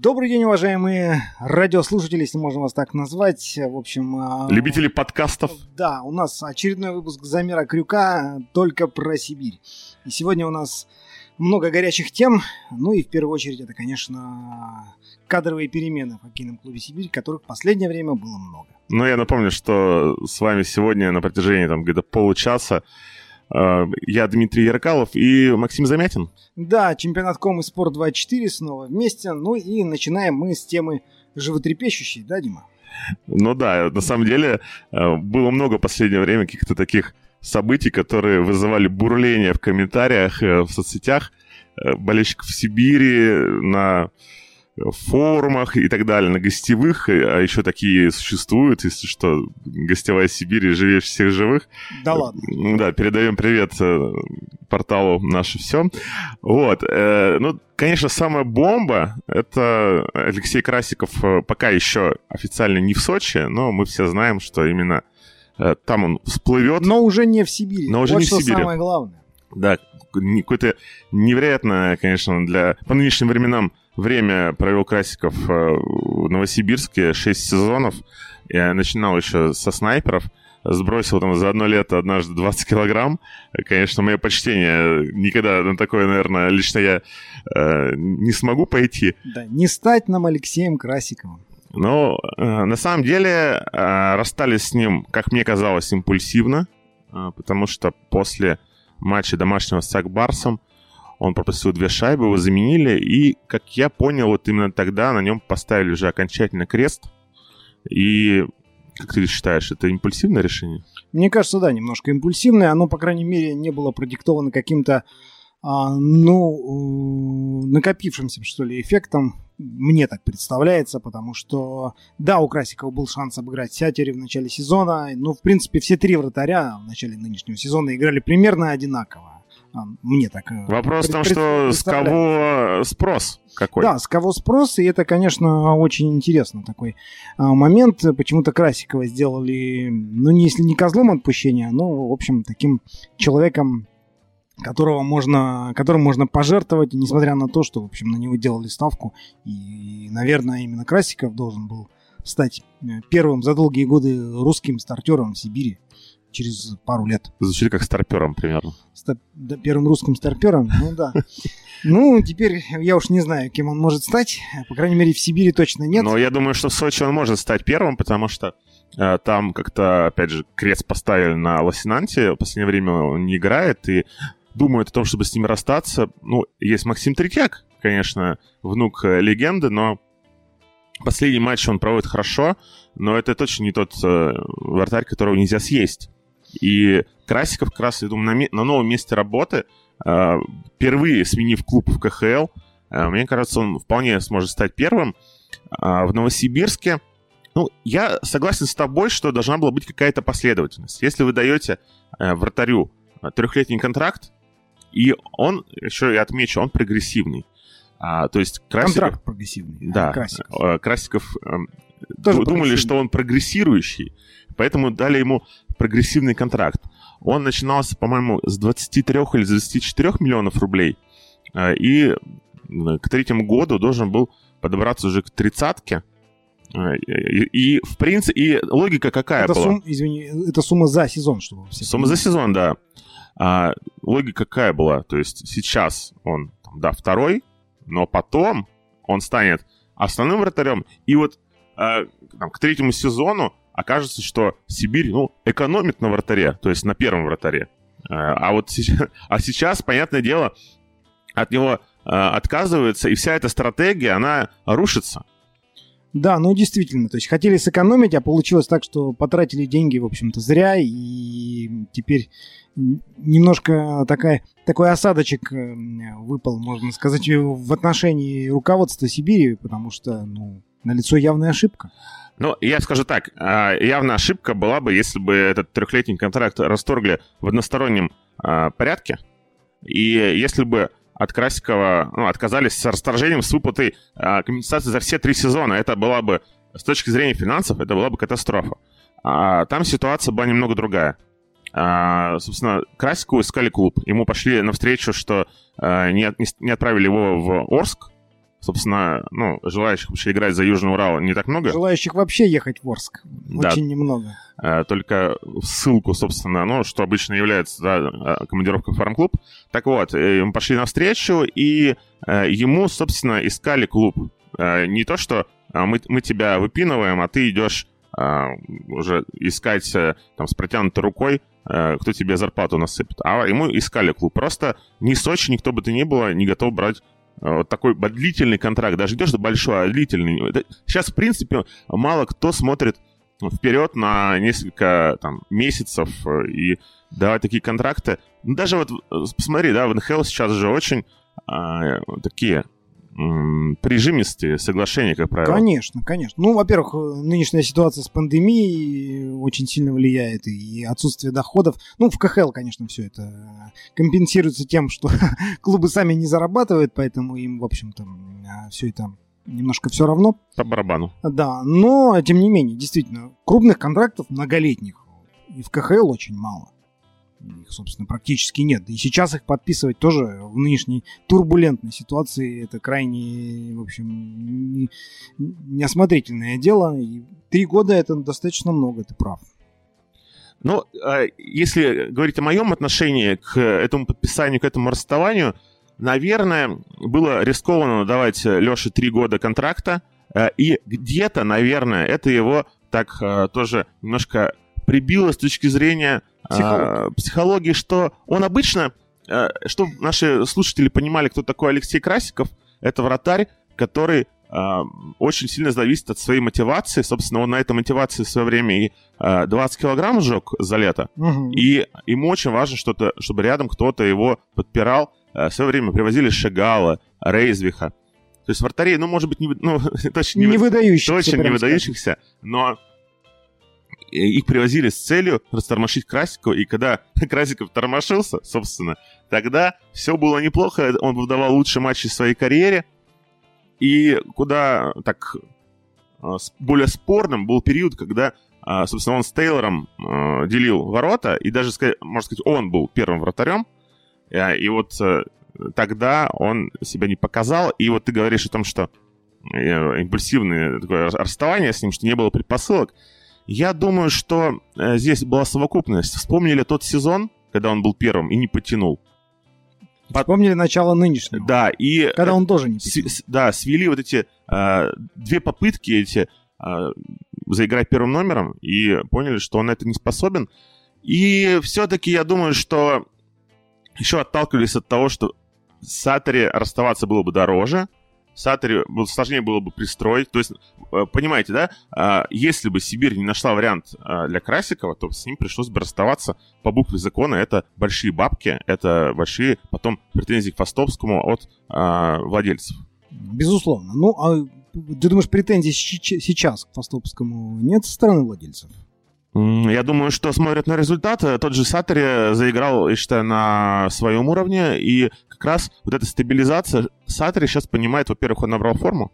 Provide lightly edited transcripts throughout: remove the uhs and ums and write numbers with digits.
Добрый день, уважаемые радиослушатели, если можно вас так назвать. В общем... Любители подкастов. Да, у нас очередной выпуск «Замера крюка» только про Сибирь. И сегодня у нас много горячих тем. Ну и в первую очередь это, конечно, кадровые перемены в хоккейном клубе «Сибирь», которых в последнее время было много. Ну, я напомню, что с вами сегодня на протяжении где-то получаса я Дмитрий Яркалов и Максим Замятин. Да, чемпионат КОМ и Спорт24 снова вместе. Ну и начинаем мы с темы животрепещущей, да, Дима? Ну да, на самом деле было много в последнее время каких-то таких событий, которые вызывали бурление в комментариях, в соцсетях болельщиков Сибири, на форумах и так далее, на гостевых, а еще такие существуют, если что, гостевая Сибирь, живее всех живых. Да ладно. Да, передаем привет порталу «Наше все». Вот, ну, конечно, самая бомба — это Алексей Красиков пока еще официально не в Сочи, но мы все знаем, что именно там он всплывет. Но уже не в Сибири. Но уже вот не в что Сибири. Самое главное. Да, какое-то невероятное, конечно, по нынешним временам время провел Красиков в Новосибирске, 6 сезонов. Я начинал еще со снайперов, сбросил там за одно лето однажды 20 килограмм. Конечно, мое почтение, никогда на такое, наверное, лично я не смогу пойти. Да, не стать нам Алексеем Красиковым. Но на самом деле расстались с ним, как мне казалось, импульсивно, потому что после матча домашнего с Акбарсом он пропустил 2 шайбы, его заменили, и, как я понял, вот именно тогда на нем поставили уже окончательно крест. И, как ты считаешь, это импульсивное решение? Мне кажется, да, немножко импульсивное. Оно, по крайней мере, не было продиктовано каким-то, накопившимся, что ли, эффектом. Мне так представляется, потому что, да, у Красикова был шанс обыграть Сятери в начале сезона, но, в принципе, все 3 вратаря в начале нынешнего сезона играли примерно одинаково. Мне так... Вопрос в том, что с кого спрос какой? Да, с кого спрос, и это, конечно, очень интересно такой момент. Почему-то Красикова сделали, ну, если не козлом отпущения, но, в общем, таким человеком, которым можно пожертвовать, несмотря на то, что, в общем, на него делали ставку. И, наверное, именно Красиков должен был стать первым за долгие годы русским стартером в Сибири через пару лет. Звучит как старпером примерно. Первым русским старпером, ну да. Ну, теперь я уж не знаю, кем он может стать. По крайней мере, в Сибири точно нет. Но я думаю, что в Сочи он может стать первым, потому что там как-то, опять же, крест поставили на Лосинанте. В последнее время он не играет, и думают о том, чтобы с ним расстаться. Ну, есть Максим Третьяк, конечно, внук легенды, но последний матч он проводит хорошо, но это точно не тот вратарь, которого нельзя съесть. И Красиков как раз, я думаю, на новом месте работы, впервые сменив клуб в КХЛ, мне кажется, он вполне сможет стать первым. В Новосибирске, ну, я согласен с тобой, что должна была быть какая-то последовательность. Если вы даете вратарю 3-летний контракт, и он, еще я отмечу, он прогрессивный. То есть Красиков... Контракт прогрессивный. Да, Красиков думали, что он прогрессирующий, поэтому дали ему прогрессивный контракт. Он начинался, по-моему, с 23 или 24 миллионов рублей, и к 3-му году должен был подобраться уже к 30-ке. И в принципе, и логика какая была? Это сумма за сезон, чтобы все Сумма за сезон, да. Логика какая была? То есть сейчас он, да, 2-й, но потом он станет основным вратарем, и вот к 3-му сезону окажется, что Сибирь, ну, экономит на вратаре, то есть на первом вратаре. А сейчас, понятное дело, от него отказывается, и вся эта стратегия, она рушится. Да, ну действительно, то есть хотели сэкономить, а получилось так, что потратили деньги, в общем-то, зря, и теперь немножко такой осадочек выпал, можно сказать, в отношении руководства Сибири, потому что, ну, налицо явная ошибка. Ну, я скажу так, явная ошибка была бы, если бы этот 3-летний контракт расторгли в одностороннем порядке, и если бы от Красикова отказались с расторжением с выплатой компенсации за все 3 сезона. Это была бы, с точки зрения финансов, это была бы катастрофа. Там ситуация была немного другая. Собственно, Красикову искали клуб. Ему пошли навстречу, что не отправили его в Орск собственно, желающих вообще играть за Южный Урал не так много. Желающих вообще ехать в Орск очень немного. Только ссылку, собственно, что обычно является командировка в фарм-клуб. Так вот, мы пошли навстречу, и ему, собственно, искали клуб. Не то, что мы тебя выпинываем, а ты идешь уже искать там с протянутой рукой, кто тебе зарплату насыпет. А ему искали клуб. Просто ни Сочи, никто бы то ни было не готов брать вот такой длительный контракт. Даже не то, что большой, а длительный. Сейчас, в принципе, мало кто смотрит вперед на несколько там месяцев и давать такие контракты. Даже вот посмотри, в НХЛ сейчас же очень такие прижимистые соглашения, как правило. Конечно. Во-первых, нынешняя ситуация с пандемией очень сильно влияет, и отсутствие доходов. В КХЛ, конечно, все это компенсируется тем, что клубы сами не зарабатывают, поэтому им, в общем-то, все это немножко все равно. По барабану. Да, но, тем не менее, действительно, крупных контрактов многолетних и в КХЛ очень мало. Их, собственно, практически нет. И сейчас их подписывать тоже в нынешней турбулентной ситуации это крайне, в общем, неосмотрительное дело. И 3 года это достаточно много, ты прав. Если говорить о моем отношении к этому подписанию, к этому расставанию, наверное, было рискованно давать Леше 3 года контракта. И где-то, наверное, это его так тоже немножко прибило с точки зрения психологии, что он обычно, чтобы наши слушатели понимали, кто такой Алексей Красиков, это вратарь, который очень сильно зависит от своей мотивации. Собственно, он на этой мотивации в свое время и 20 килограмм сжег за лето. Угу. И ему очень важно, чтобы рядом кто-то его подпирал. В свое время привозили Шагала, Рейзвиха. То есть вратарей, может быть, точно не выдающихся, но их привозили с целью растормошить Красикова, и когда Красиков тормошился, собственно, тогда все было неплохо, он выдавал лучшие матчи в своей карьере, и куда так более спорным был период, когда, собственно, он с Тейлором делил ворота, и даже, можно сказать, он был первым вратарем, и вот тогда он себя не показал, и вот ты говоришь о том, что импульсивное такое расставание с ним, что не было предпосылок. Я думаю, что здесь была совокупность. Вспомнили тот сезон, когда он был первым и не потянул. Вспомнили начало нынешнего. Да, и... Когда он тоже не потянул. Свели вот эти 2 попытки заиграть первым номером и поняли, что он на это не способен. И все-таки я думаю, что еще отталкивались от того, что Сатаре расставаться было бы дороже, Сатаре сложнее было бы пристроить. То есть, понимаете, да, если бы Сибирь не нашла вариант для Красикова, то с ним пришлось бы расставаться по букве закона. Это большие бабки, это большие потом претензии к Фастовскому от владельцев. Безусловно. Ты думаешь, претензий сейчас к Фастовскому нет со стороны владельцев? Я думаю, что смотрят на результат. Тот же Сатаре заиграл, я считаю, на своем уровне. И как раз вот эта стабилизация... Сатаре сейчас понимает, во-первых, он набрал форму.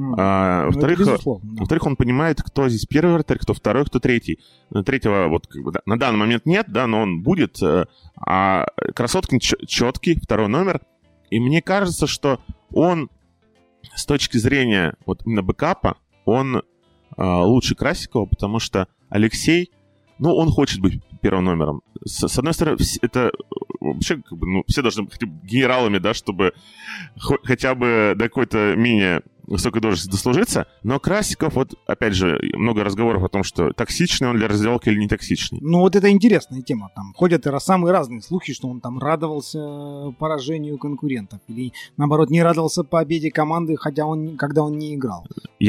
Во-вторых, он понимает, кто здесь первый вратарь, кто второй, кто третий. Третьего на данный момент нет, но он будет. А Красоткин четкий, второй номер. И мне кажется, что он с точки зрения именно бэкапа, он лучше Красикова, потому что Алексей, он хочет быть первым номером. С одной стороны, это вообще все должны быть генералами, да, чтобы хотя бы до какой-то менее высокой должности дослужиться. Но Красиков, опять же, много разговоров о том, что токсичный он для раздевалки или не токсичный. Это интересная тема. Там ходят самые разные слухи, что он там радовался поражению конкурентов или, наоборот, не радовался победе команды, когда он не играл.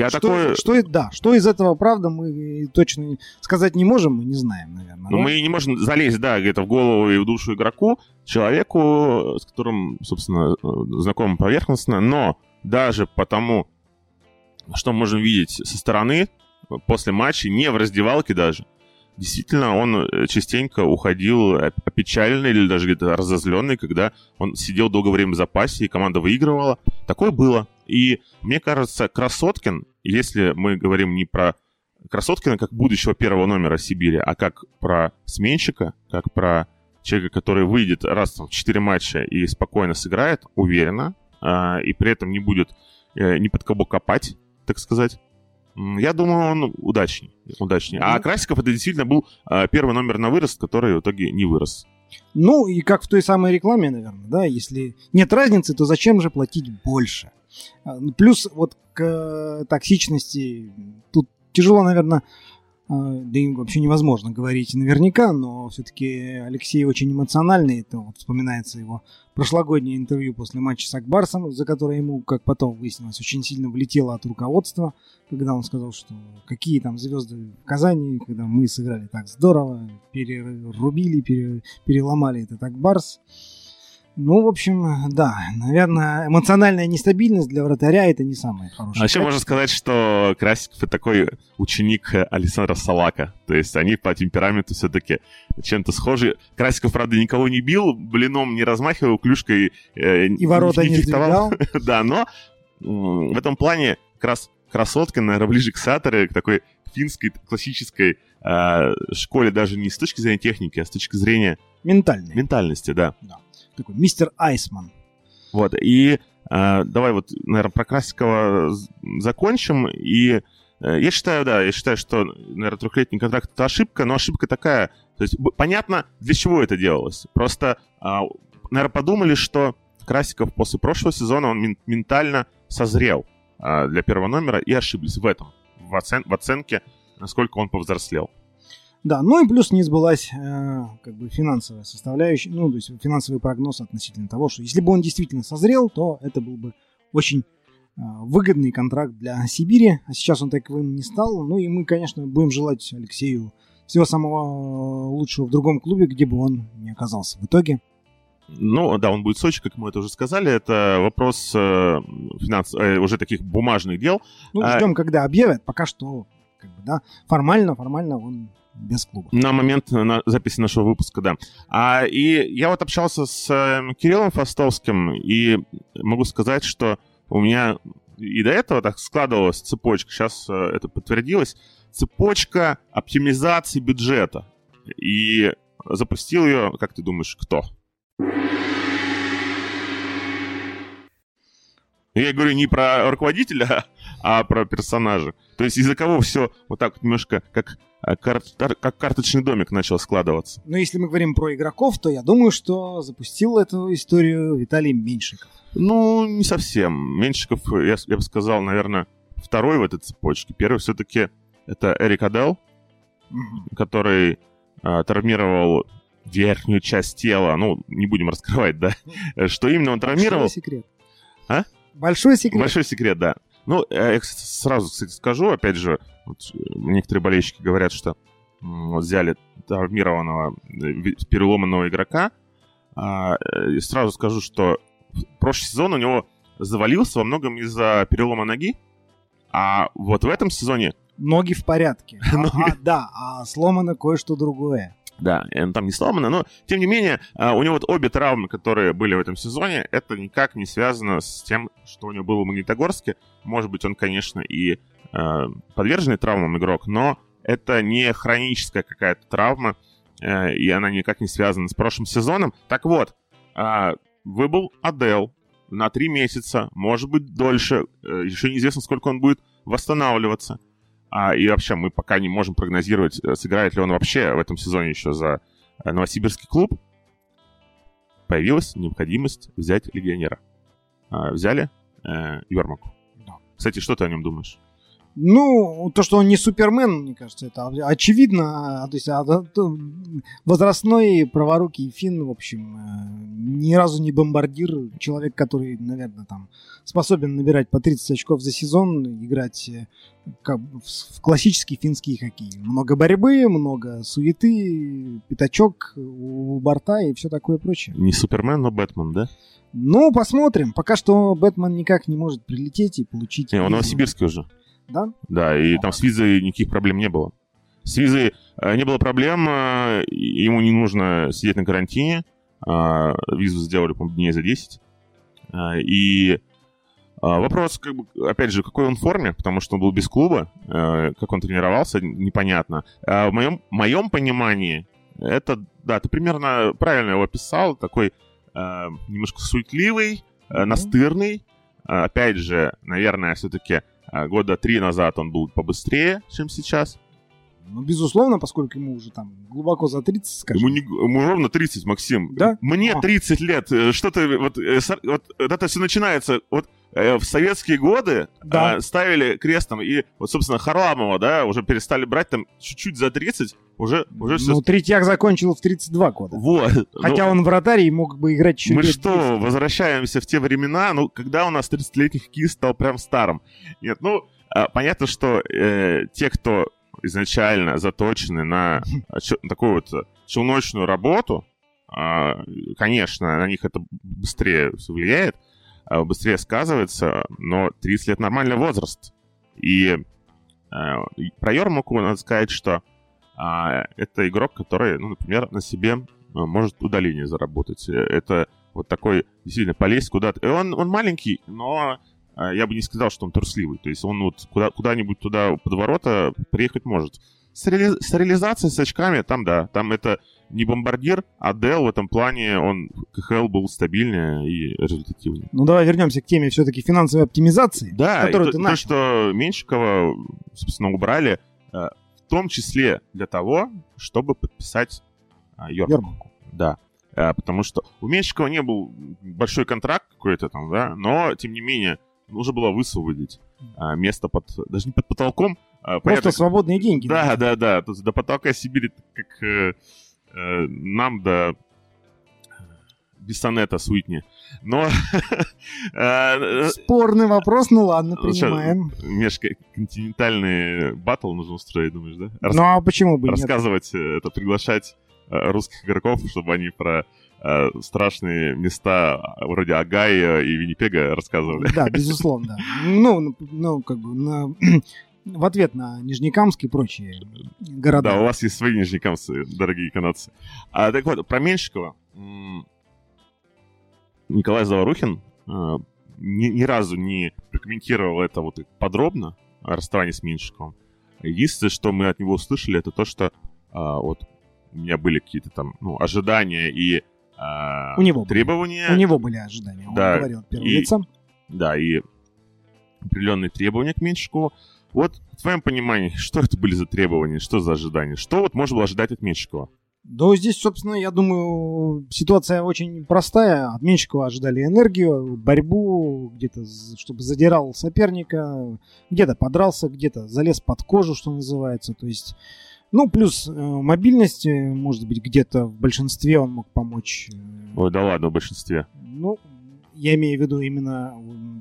Что из этого правда, мы точно сказать не можем, мы не знаем, наверное. Мы не можем залезть, где-то в голову и в душу игроку, человеку, с которым, собственно, знакомы поверхностно, но даже потому, что мы можем видеть со стороны, после матча, не в раздевалке даже, действительно, он частенько уходил опечаленный или даже где-то разозленный, когда он сидел долгое время в запасе, и команда выигрывала. Такое было. И мне кажется, Красоткин, если мы говорим не про Красоткина как будущего первого номера Сибири, а как про сменщика, как про человека, который выйдет раз в 4 матча и спокойно сыграет, уверенно, и при этом не будет ни под кого копать, так сказать. Я думаю, он удачнее. А Красиков это действительно был первый номер на вырост, который в итоге не вырос. Ну, и как в той самой рекламе, наверное, да, если нет разницы, то зачем же платить больше? Плюс вот к токсичности тут тяжело, наверное, да и вообще невозможно говорить наверняка, но все-таки Алексей очень эмоциональный. Это вот вспоминается его прошлогоднее интервью после матча с Акбарсом, за которое ему, как потом выяснилось, очень сильно влетело от руководства, когда он сказал, что какие там звезды в Казани, когда мы сыграли так здорово, перерубили, переломали этот Акбарс. Ну, в общем, да, наверное, эмоциональная нестабильность для вратаря — это не самое хорошее. А еще можно сказать, что Красиков — это такой ученик Александра Салака. То есть они по темпераменту все-таки чем-то схожи. Красиков, правда, никого не бил, блином не размахивал, клюшкой и ворота не сдвигал. Да, но в этом плане как раз красотка, наверное, ближе к Саторе, к такой финской классической школе, даже не с точки зрения техники, а с точки зрения ментальности, да. Такой мистер Айсман. Вот, и давай вот, наверное, про Красикова закончим. И я считаю, что, наверное, 3-летний контракт — это ошибка, но ошибка такая, то есть понятно, для чего это делалось. Просто, наверное, подумали, что Красиков после прошлого сезона, он ментально созрел для первого номера, и ошиблись в этом, в оценке, насколько он повзрослел. Да, ну и плюс не сбылась как бы финансовая составляющая, ну, то есть финансовый прогноз относительно того, что если бы он действительно созрел, то это был бы очень выгодный контракт для Сибири, а сейчас он таковым не стал. Ну и мы, конечно, будем желать Алексею всего самого лучшего в другом клубе, где бы он ни оказался в итоге. Ну, да, он будет в Сочи, как мы это уже сказали. Это вопрос уже таких бумажных дел. Ну, ждем, когда объявят. Пока что, как бы, да, формально он без клуба. На момент записи нашего выпуска, да. И я вот общался с Кириллом Фастовским, и могу сказать, что у меня и до этого так складывалась цепочка, сейчас это подтвердилось, цепочка оптимизации бюджета. И запустил ее, как ты думаешь, кто? Я говорю не про руководителя, а про персонажа. То есть из-за кого все вот так вот немножко как карточный домик начал складываться. Но если мы говорим про игроков, то я думаю, что запустил эту историю Виталий Меньшиков. Ну, не совсем. Меньшиков, я бы сказал, наверное, второй в этой цепочке. Первый все-таки это Эрик Адел, который травмировал верхнюю часть тела. Ну, не будем раскрывать, да, что именно он травмировал. Большой секрет. А? Большой секрет. Большой секрет, да. Ну, я сразу, кстати, скажу, опять же, вот некоторые болельщики говорят, что взяли травмированного, переломанного игрока. Сразу скажу, что прошлый сезон у него завалился во многом из-за перелома ноги, а вот в этом сезоне... Ноги в порядке. А сломано кое-что другое. Да, там не сломано, но, тем не менее, у него вот обе травмы, которые были в этом сезоне, это никак не связано с тем, что у него было в Магнитогорске. Может быть, он, конечно, и подверженный травмам игрок, но это не хроническая какая-то травма, и она никак не связана с прошлым сезоном. Так вот, выбыл Адел на 3 месяца, может быть, дольше, еще неизвестно, сколько он будет восстанавливаться. И вообще мы пока не можем прогнозировать, сыграет ли он вообще в этом сезоне еще за новосибирский клуб. Появилась необходимость взять легионера. Взяли Ермаку. Да. Кстати, что ты о нем думаешь? Ну, то, что он не Супермен, мне кажется, это очевидно. То есть возрастной праворукий финн, в общем, ни разу не бомбардир. Человек, который, наверное, там способен набирать по 30 очков за сезон, играть в классический финский хоккей. Много борьбы, много суеты, пятачок у борта и все такое прочее. Не Супермен, но Бэтмен, да? Ну, посмотрим. Пока что Бэтмен никак не может прилететь и получить... Не, он новосибирский уже. Да? Да, и там с визой никаких проблем не было. С визой не было проблем, ему не нужно сидеть на карантине. Визу сделали, по-моему, дней за 10. И вопрос, как бы, опять же, в какой он форме, потому что он был без клуба, как он тренировался, непонятно. В моем понимании, это, да, ты примерно правильно его описал, такой немножко суетливый, настырный, опять же, наверное, все-таки года 3 назад он был побыстрее, чем сейчас. Ну, безусловно, поскольку ему уже там глубоко за 30, скажем. Ему ровно 30, Максим. Да? Мне 30 лет. Что ты... Вот это все начинается... Вот в советские годы ставили крестом. И вот, собственно, Харламова, да, уже перестали брать там чуть-чуть за 30. Уже все... Ну, Третьяк закончил в 32 года. Вот. Хотя он вратарь и мог бы играть чуть-чуть. Мы что, возвращаемся в те времена, когда у нас 30-летний хоккеист стал прям старым? Нет, понятно, что те, кто изначально заточены на такую вот челночную работу, конечно, на них это быстрее влияет, быстрее сказывается, но 30 лет нормальный возраст. И про Ярмаку надо сказать, что это игрок, который, например, на себе может удаление заработать. Это вот такой действительно полезть куда-то. И он маленький, но я бы не сказал, что он трусливый. То есть он вот куда-нибудь туда под ворота приехать может. С реализацией, с очками, там это не бомбардир, а Дел в этом плане, он КХЛ был стабильнее и результативнее. Ну, давай вернемся к теме все-таки финансовой оптимизации, которую ты начал. То, что Меньшикова, собственно, убрали, в том числе для того, чтобы подписать Ярмаку. Да. Потому что у Меньшикова не был большой контракт какой-то там, да, но, тем не менее, нужно было высвободить место даже не под потолком. Просто свободные деньги. Да. То есть до потолка Сибири, как нам до Бессонета с Уитни. Но... Спорный вопрос, ну ладно, принимаем. Межконтинентальный баттл нужно устроить, думаешь, да? Ну а почему бы нет? Рассказывать, приглашать русских игроков, чтобы они про страшные места вроде Огайо и Виннипега рассказывали. Да, безусловно, да. Как бы в ответ на Нижнекамск и прочие города. Да, у вас есть свои нижнекамцы, дорогие канадцы. Так вот, про Меньшикова. Николай Заварухин ни разу не прокомментировал это вот подробно, расставание с Меньшиковым. Единственное, что мы от него услышали, это то, что вот у меня были какие-то там ожидания и требования. У него были ожидания, он говорил от первого лица. Да, и определенные требования к Меньшикову. Вот, в твоем понимании, что это были за требования, что за ожидания? Что вот можно было ожидать от Меньшикова? Да, здесь, собственно, я думаю, ситуация очень простая. От Меньшикова ожидали энергию, борьбу, где-то, чтобы задирал соперника, где-то подрался, где-то залез под кожу, что называется. То есть, плюс мобильность, может быть, где-то в большинстве он мог помочь. Ой, да ладно, в большинстве. Я имею в виду именно...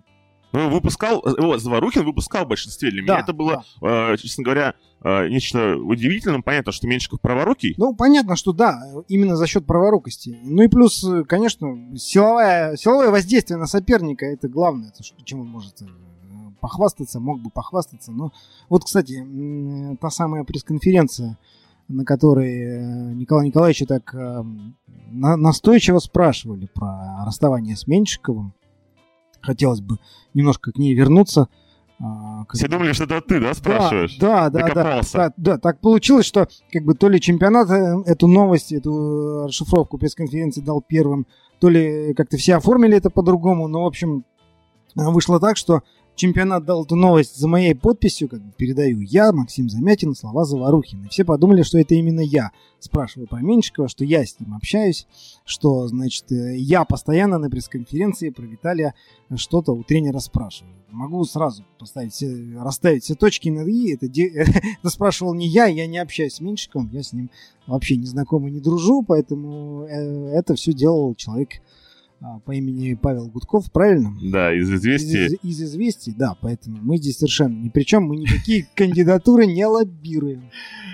Заварухин выпускал в большинстве. Для меня это было, честно говоря, нечто удивительным. Понятно, что Меньшиков праворукий. Понятно, что да, именно за счет праворукости. И плюс, конечно, силовое воздействие на соперника, это главное, это чем он может похвастаться, мог бы похвастаться. Но вот, кстати, та самая пресс-конференция, на которой Николая Николаевича так настойчиво спрашивали про расставание с Меньшиковым. Хотелось бы немножко к ней вернуться. Все думали, что это ты, да, спрашиваешь? Да, так получилось, что как бы то ли чемпионат эту новость, эту расшифровку пресс-конференции дал первым, то ли как-то все оформили это по-другому, но, в общем, вышло так, что чемпионат дал эту новость за моей подписью, как бы передаю я, Максим Замятин, слова Заварухина. И все подумали, что это именно я спрашиваю про Меньшикова, что я с ним общаюсь, что, значит, я постоянно на пресс-конференции про Виталия что-то у тренера спрашиваю. Могу сразу расставить все точки над «и». Это спрашивал не я не общаюсь с Меньшиковым, я с ним вообще не знаком и не дружу, поэтому это все делал человек по имени Павел Гудков, правильно? Да, из «Известий». Из «Известий», да, поэтому мы здесь совершенно ни при чем, мы никакие кандидатуры не лоббируем.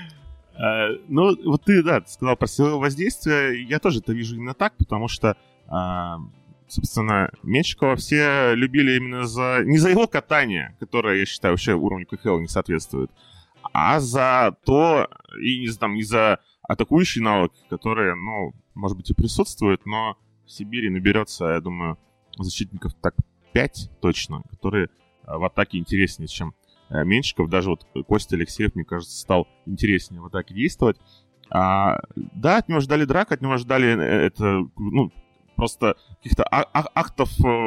Вот ты сказал про силовое воздействие, я тоже это вижу именно так, потому что, собственно, Меньшикова все любили именно не за его катание, которое, я считаю, вообще уровню КХЛ не соответствует, а за то, и не за атакующие навыки, которые, может быть, и присутствуют, но в Сибири наберется, я думаю, защитников так 5 точно, которые в атаке интереснее, чем Меньшиков. Даже вот Костя Алексеев, мне кажется, стал интереснее в атаке действовать. Да, от него ждали драк, от него ждали просто каких-то актов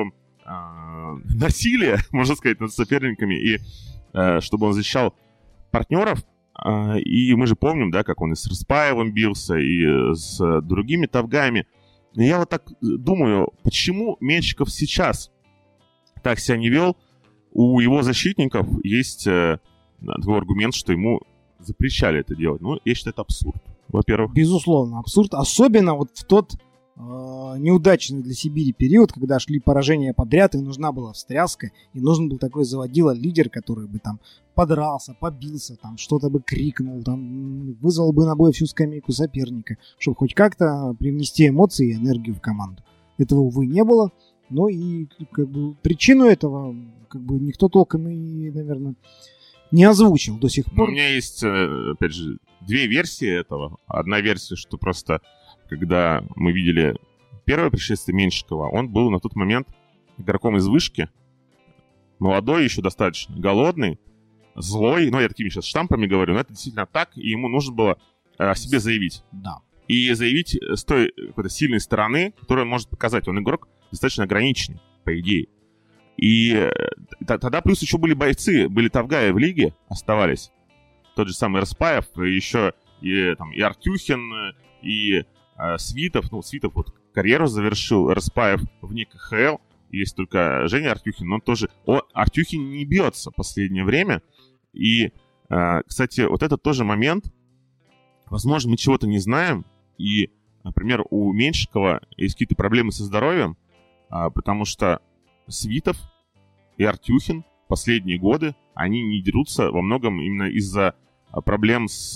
насилия, можно сказать, над соперниками, и чтобы он защищал партнеров. И мы же помним, да, как он и с Распаевым бился, и с другими тавгаями. И я вот так думаю, почему Меньшиков сейчас так себя не вел? У его защитников есть такой аргумент, что ему запрещали это делать. Ну, я считаю, это абсурд, во-первых. Безусловно, абсурд. Особенно вот в тот неудачный для Сибири период, когда шли поражения подряд, и нужна была встряска, и нужен был такой заводила-лидер, который бы там подрался, побился, там что-то бы крикнул, там вызвал бы на бой всю скамейку соперника, чтобы хоть как-то привнести эмоции и энергию в команду. Этого, увы, не было. Но и как бы причину этого как бы никто толком и, наверное, не озвучил до сих пор. У меня есть, опять же, две версии этого. Одна версия, что просто когда мы видели первое пришествие Меньшикова, он был на тот момент игроком из вышки, молодой, еще достаточно голодный, злой. Ну, я такими сейчас штампами говорю, но это действительно так, и ему нужно было о себе заявить. Да. И заявить с той какой-то сильной стороны, которую он может показать. Он игрок достаточно ограниченный, по идее. И тогда плюс еще были бойцы, были тавгаи в лиге, оставались. Тот же самый Распаев, и еще и Артюхин, и Свитов. Ну, Свитов вот карьеру завершил, Распаев вне КХЛ. Есть только Женя Артюхин, но он тоже... Артюхин не бьется в последнее время. И, кстати, вот это тоже момент. Возможно, мы чего-то не знаем. И, например, у Меньшикова есть какие-то проблемы со здоровьем, потому что Свитов и Артюхин последние годы, они не дерутся во многом именно из-за проблем с...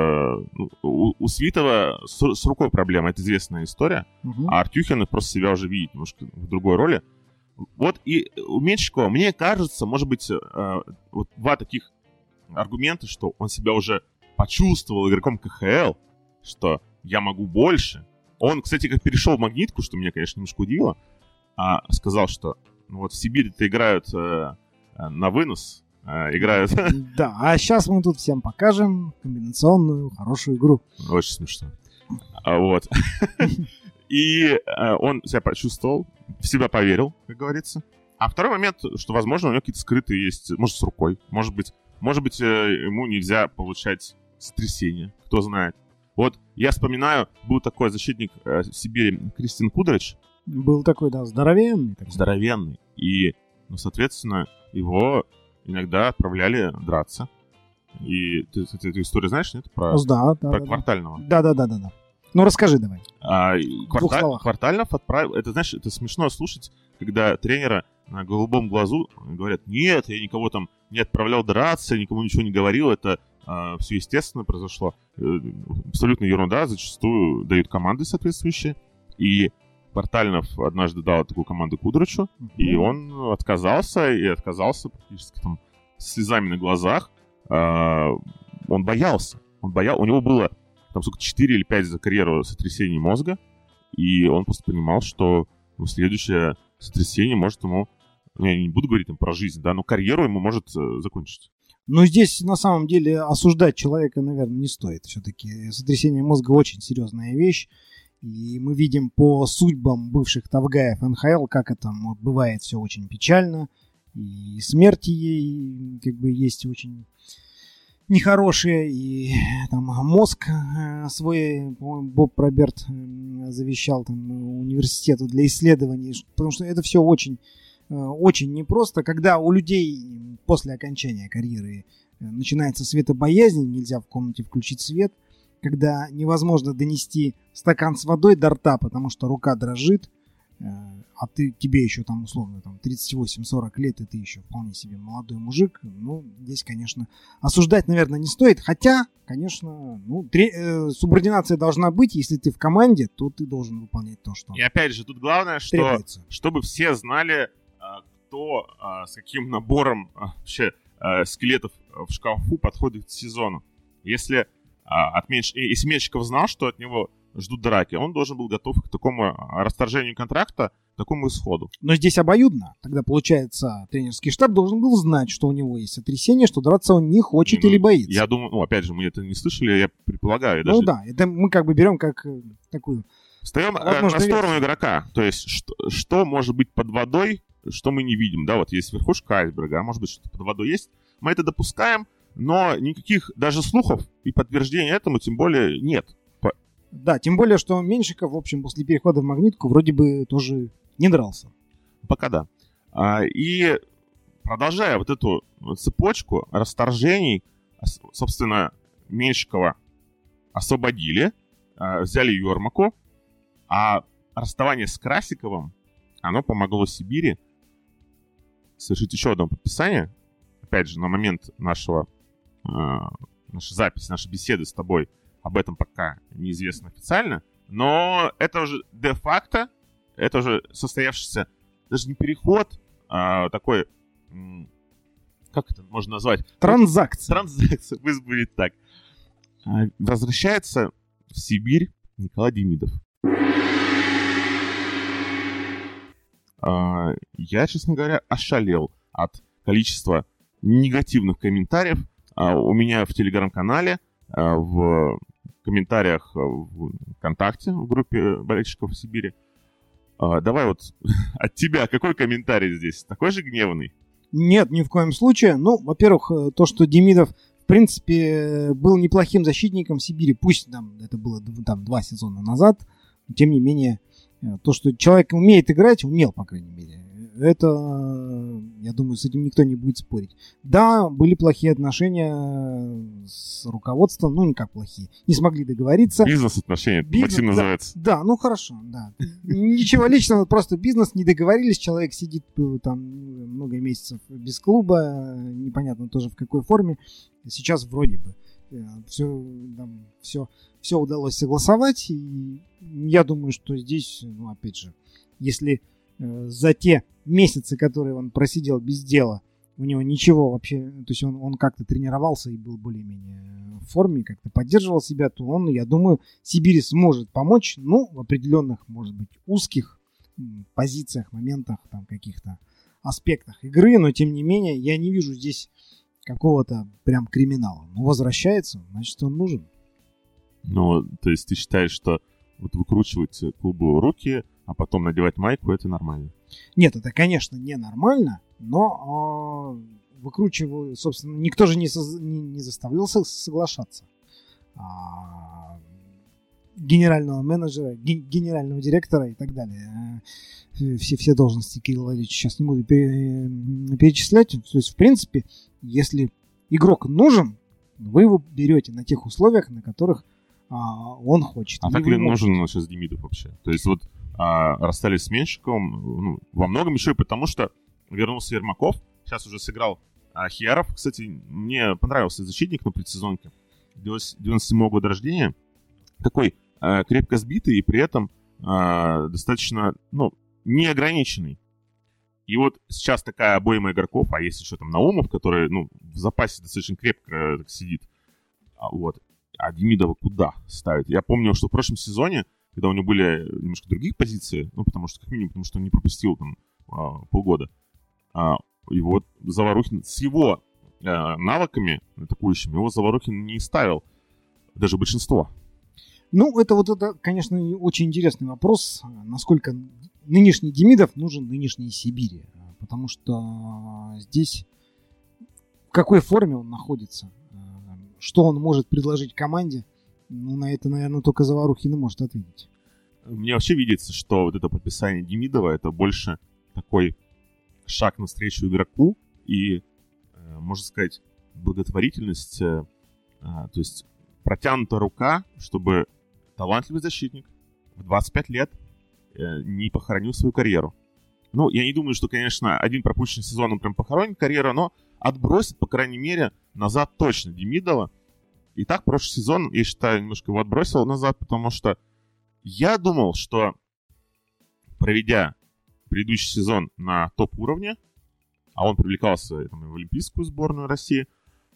у Свитова с рукой проблема, это известная история, а Артюхин просто себя уже видит немножко в другой роли. Вот и у Меньшикова, мне кажется, может быть, вот два таких аргумента, что он себя уже почувствовал игроком КХЛ, что я могу больше. Он, кстати, как перешел в Магнитку, что меня, конечно, немножко удивило, сказал, что ну вот в Сибири-то играют на вынос, играют... Да, а сейчас мы тут всем покажем комбинационную хорошую игру. Очень смешно. Вот. И он себя почувствовал, в себя поверил, как говорится. А второй момент, что, возможно, у него какие-то скрытые есть, может, с рукой, может быть, ему нельзя получать сотрясение, кто знает. Вот я вспоминаю, был такой защитник в Сибири Кристиан Кудрич. Был такой, да, здоровенный. Здоровенный. И, ну, соответственно, его иногда отправляли драться. И ты, кстати, эту историю знаешь, нет? Про Квартального. Да. Ну, расскажи давай. Квартальнов отправил... Это, знаешь, это смешно слушать, когда тренера на голубом глазу говорят: нет, я никого там не отправлял драться, никому ничего не говорил, это все естественно произошло. Абсолютно ерунда, зачастую дают команды соответствующие. И Квартальнов однажды дал такую команду Кудричу, и он отказался практически там с слезами на глазах. Он боялся. У него было там сколько, 4 или 5 за карьеру сотрясений мозга, и он просто понимал, что следующее сотрясение может ему... Я не буду говорить там про жизнь, да, но карьеру ему может закончить. Но здесь, на самом деле, осуждать человека, наверное, не стоит. Все-таки сотрясение мозга очень серьезная вещь. И мы видим по судьбам бывших тавгаев НХЛ, как это бывает все очень печально. И смерти ей как бы есть очень нехорошие. И там мозг свой, по-моему, Боб Проберт завещал там университету для исследований. Потому что это все очень непросто. Когда у людей после окончания карьеры начинается светобоязнь, нельзя в комнате включить свет, когда невозможно донести стакан с водой до рта, потому что рука дрожит, а тебе еще там условно там 38-40 лет, и ты еще вполне себе молодой мужик, ну, здесь, конечно, осуждать, наверное, не стоит, хотя, конечно, субординация должна быть, если ты в команде, то ты должен выполнять то, что... И опять же, тут главное, что чтобы все знали, кто с каким набором вообще скелетов в шкафу подходит к сезону. Если Меньшиков знал, что от него ждут драки, он должен был готов к такому расторжению контракта, к такому исходу. Но здесь обоюдно. Тогда, получается, тренерский штаб должен был знать, что у него есть сотрясение, что драться он не хочет или боится. Я думаю, опять же, мы это не слышали, я предполагаю. Да, это мы как бы берем как такую Встаем на сторону игрока. То есть, что может быть под водой, что мы не видим. Да, вот есть верхушка айсберга, а может быть, что-то под водой есть. Мы это допускаем, но никаких даже слухов и подтверждений этому тем более нет. Да, тем более, что Меньшиков, в общем, после перехода в магнитку вроде бы тоже не дрался. Пока да. И продолжая вот эту цепочку расторжений, собственно, Меньшикова освободили, взяли Ермаку, а расставание с Красиковым, оно помогло Сибири совершить еще одно подписание. Опять же, на момент нашей записи, нашей беседы с тобой об этом пока неизвестно официально, но это уже де-факто, это уже состоявшийся даже не переход, а такой, как это можно назвать? Транзакция. Транзакция, пусть будет так. Возвращается в Сибирь Николай Демидов. Я, честно говоря, ошалел от количества негативных комментариев у меня в телеграм-канале, в комментариях в ВКонтакте, в группе болельщиков в Сибири. Давай вот от тебя какой комментарий здесь? Такой же гневный? Нет, ни в коем случае. Ну, во-первых, то, что Демидов, в принципе, был неплохим защитником в Сибири, пусть там это было 2 сезона назад, но, тем не менее, то, что человек умеет играть, умел, по крайней мере, это, я думаю, с этим никто не будет спорить. Да, были плохие отношения с руководством, ну, не как плохие, не смогли договориться. Бизнес-отношения, Максим называется. Да, ну хорошо, да. Ничего личного, просто бизнес, не договорились, человек сидит там много месяцев без клуба, непонятно тоже в какой форме. Сейчас вроде бы все удалось согласовать, и я думаю, что здесь, ну, опять же, если за те месяцы, которые он просидел без дела, у него ничего вообще, то есть он как-то тренировался и был более-менее в форме, как-то поддерживал себя, то он, я думаю, Сибири сможет помочь, ну, в определенных, может быть, узких позициях, моментах, там, каких-то аспектах игры, но, тем не менее, я не вижу здесь какого-то прям криминала. Ну, возвращается, значит, он нужен. Ну, то есть ты считаешь, что вот выкручивать клубу руки, а потом надевать майку, это нормально? Нет, это, конечно, не нормально, но выкручиваю, собственно, никто же не заставлял соглашаться. Генерального менеджера, генерального директора и так далее. Все должности Кирилла Валерьевича сейчас не буду перечислять. То есть, в принципе, если игрок нужен, вы его берете на тех условиях, на которых он хочет. А так ли нужен сейчас Демидов вообще? То есть вот расстались с Меньшиковым, ну, во многом еще и потому, что вернулся Ермаков, сейчас уже сыграл Хияров. Кстати, мне понравился защитник на предсезонке, 97-го года рождения, такой крепко сбитый и при этом достаточно, ну, неограниченный. И вот сейчас такая обойма игроков, а есть еще там Наумов, который, ну, в запасе достаточно крепко сидит. Вот. А Демидова куда ставить? Я помню, что в прошлом сезоне, когда у него были немножко другие позиции, ну, потому что, как минимум, потому что он не пропустил там полгода, и вот Заворухин с его навыками атакующими, его Заворухин не ставил даже большинство. Ну, это, конечно, очень интересный вопрос, насколько нынешний Демидов нужен нынешней Сибири. Потому что здесь в какой форме он находится, что он может предложить команде, ну, на это, наверное, только Заворухин и может ответить. Мне вообще видится, что вот это подписание Демидова, это больше такой шаг навстречу игроку и, можно сказать, благотворительность, то есть протянута рука, чтобы талантливый защитник в 25 лет не похоронил свою карьеру. Ну, я не думаю, что, конечно, один пропущенный сезон он прям похоронит карьеру, но отбросит, по крайней мере, назад точно Демидова. И так прошлый сезон, я считаю, немножко его отбросил назад, потому что я думал, что, проведя предыдущий сезон на топ-уровне, а он привлекался там, в Олимпийскую сборную России,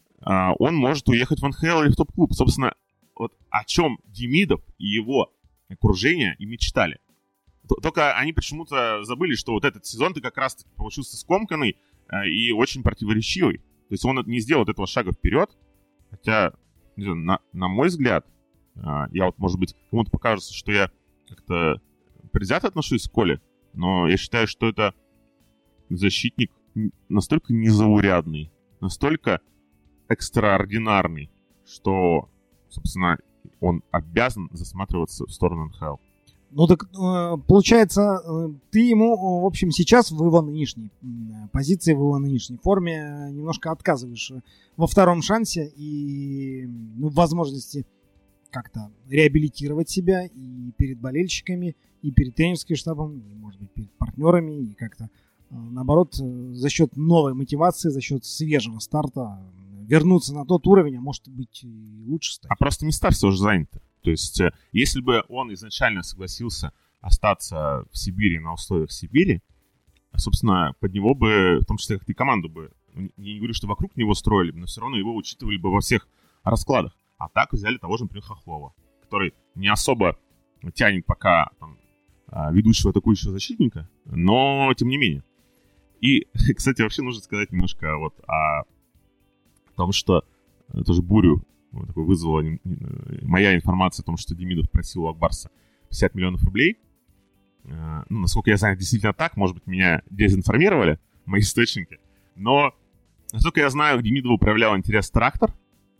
он может уехать в НХЛ или в топ-клуб. Собственно, вот о чем Демидов и его окружение и мечтали. Только они почему-то забыли, что вот этот сезон ты как раз получился скомканный и очень противоречивый. То есть он не сделал этого шага вперед, хотя, не знаю, на мой взгляд, я вот, может быть, кому-то покажется, что я как-то предвзято отношусь к Коле, но я считаю, что это защитник настолько незаурядный, настолько экстраординарный, что, собственно, он обязан засматриваться в сторону НХЛ. Ну так получается, ты ему, в общем, сейчас в его нынешней позиции, в его нынешней форме немножко отказываешь во втором шансе и в возможности как-то реабилитировать себя и перед болельщиками, и перед тренерским штабом, и, может быть, перед партнерами, и как-то, наоборот, за счет новой мотивации, за счет свежего старта вернуться на тот уровень, а может быть и лучше стать. А просто места все уже заняты. То есть, если бы он изначально согласился остаться в Сибири на условиях Сибири, собственно, под него бы, в том числе, как и команду бы, я не говорю, что вокруг него строили, но все равно его учитывали бы во всех раскладах. А так взяли того же, например, Хохлова, который не особо тянет пока там, ведущего атакующего защитника, но тем не менее. И, кстати, вообще нужно сказать немножко вот о том, что тоже бурю вот такой вызвала моя информация о том, что Демидов просил у Акбарса 50 миллионов рублей. Ну, насколько я знаю, действительно так. Может быть, меня дезинформировали мои источники. Но, насколько я знаю, к Демидову проявлял интерес Трактор,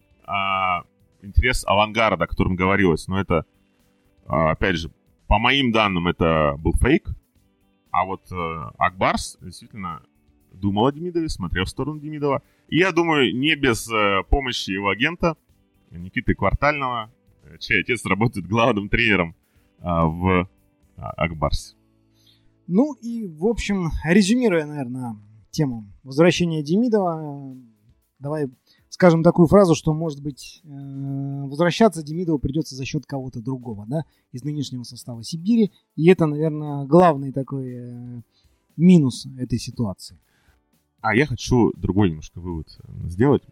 интерес Авангарда, о котором говорилось. Но это, опять же, по моим данным, это был фейк. А вот Акбарс действительно думал о Демидове, смотрел в сторону Демидова. И я думаю, не без помощи его агента Никиты Квартального, чей отец работает главным тренером в Акбарсе. Ну и, в общем, резюмируя, наверное, тему возвращения Демидова, давай скажем такую фразу, что, может быть, возвращаться Демидову придется за счет кого-то другого, да, из нынешнего состава Сибири. И это, наверное, главный такой минус этой ситуации. А я хочу другой немножко вывод сделать.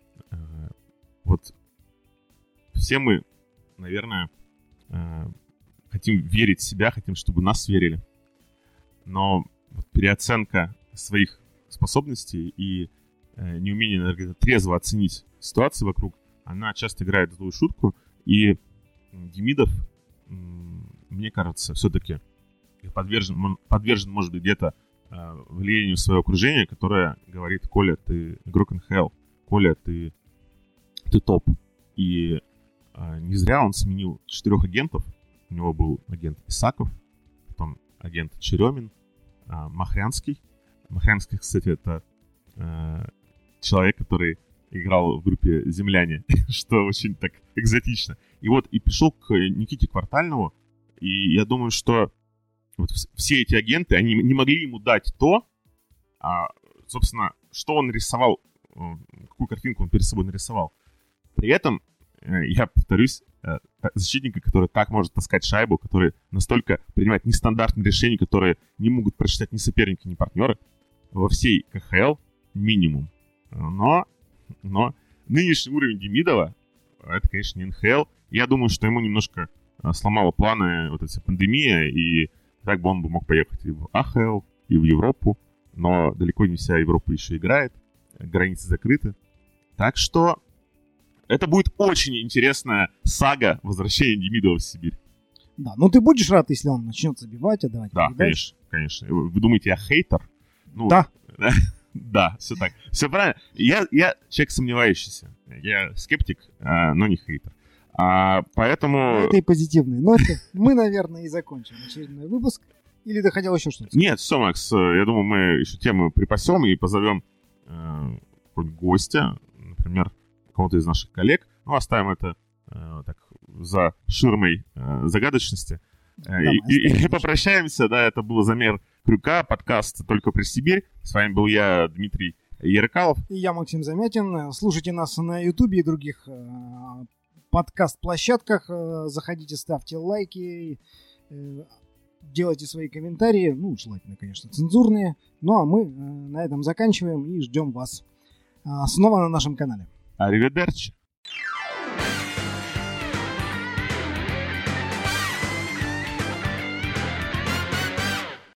Вот все мы, наверное, хотим верить в себя, хотим, чтобы нас верили. Но вот переоценка своих способностей и неумение, наверное, трезво оценить ситуацию вокруг, она часто играет злую шутку. И Демидов, мне кажется, все-таки подвержен, может быть, где-то влиянию своего окружения, которое говорит: Коля, ты игрок НХЛ, Коля, ты топ. И не зря он сменил 4 агентов. У него был агент Исаков, потом агент Черемин, Махрянский. Махрянский, кстати, это человек, который играл в группе «Земляне», что очень так экзотично. И вот, и пришел к Никите Квартальнову, и я думаю, что вот все эти агенты, они не могли ему дать то, собственно, что он рисовал, какую картинку он перед собой нарисовал. При этом, я повторюсь, защитника, который так может таскать шайбу, который настолько принимает нестандартные решения, которые не могут прочитать ни соперники, ни партнеры, во всей КХЛ минимум. Но нынешний уровень Демидова, это, конечно, не НХЛ. Я думаю, что ему немножко сломала планы вот эта пандемия, и так бы он мог поехать и в АХЛ, и в Европу, но далеко не вся Европа еще играет, границы закрыты. Так что это будет очень интересная сага возвращения Демидова в Сибирь. Да, но ты будешь рад, если он начнет забивать, отдавать Да, передачи? конечно. Вы думаете, я хейтер? Ну, да. Да, все так. Все правильно. Я человек сомневающийся. Я скептик, но не хейтер. Поэтому... Это и позитивные ноты. Мы, наверное, и закончим очередной выпуск. Или ты хотел еще что-то? Нет, все, Макс. Я думаю, мы еще тему припасем и позовем какого-нибудь гостя, например, кого-то из наших коллег. Ну, оставим это так за ширмой загадочности. И попрощаемся. Да, это был «Замер крюка», подкаст «Только про Сибирь». С вами был я, Дмитрий Ярыкалов. И я, Максим Замятин. Слушайте нас на Ютубе и других подкаст-площадках. Заходите, ставьте лайки, делайте свои комментарии. Ну, желательно, конечно, цензурные. Ну, а мы на этом заканчиваем и ждем вас снова на нашем канале. Аривидерчи.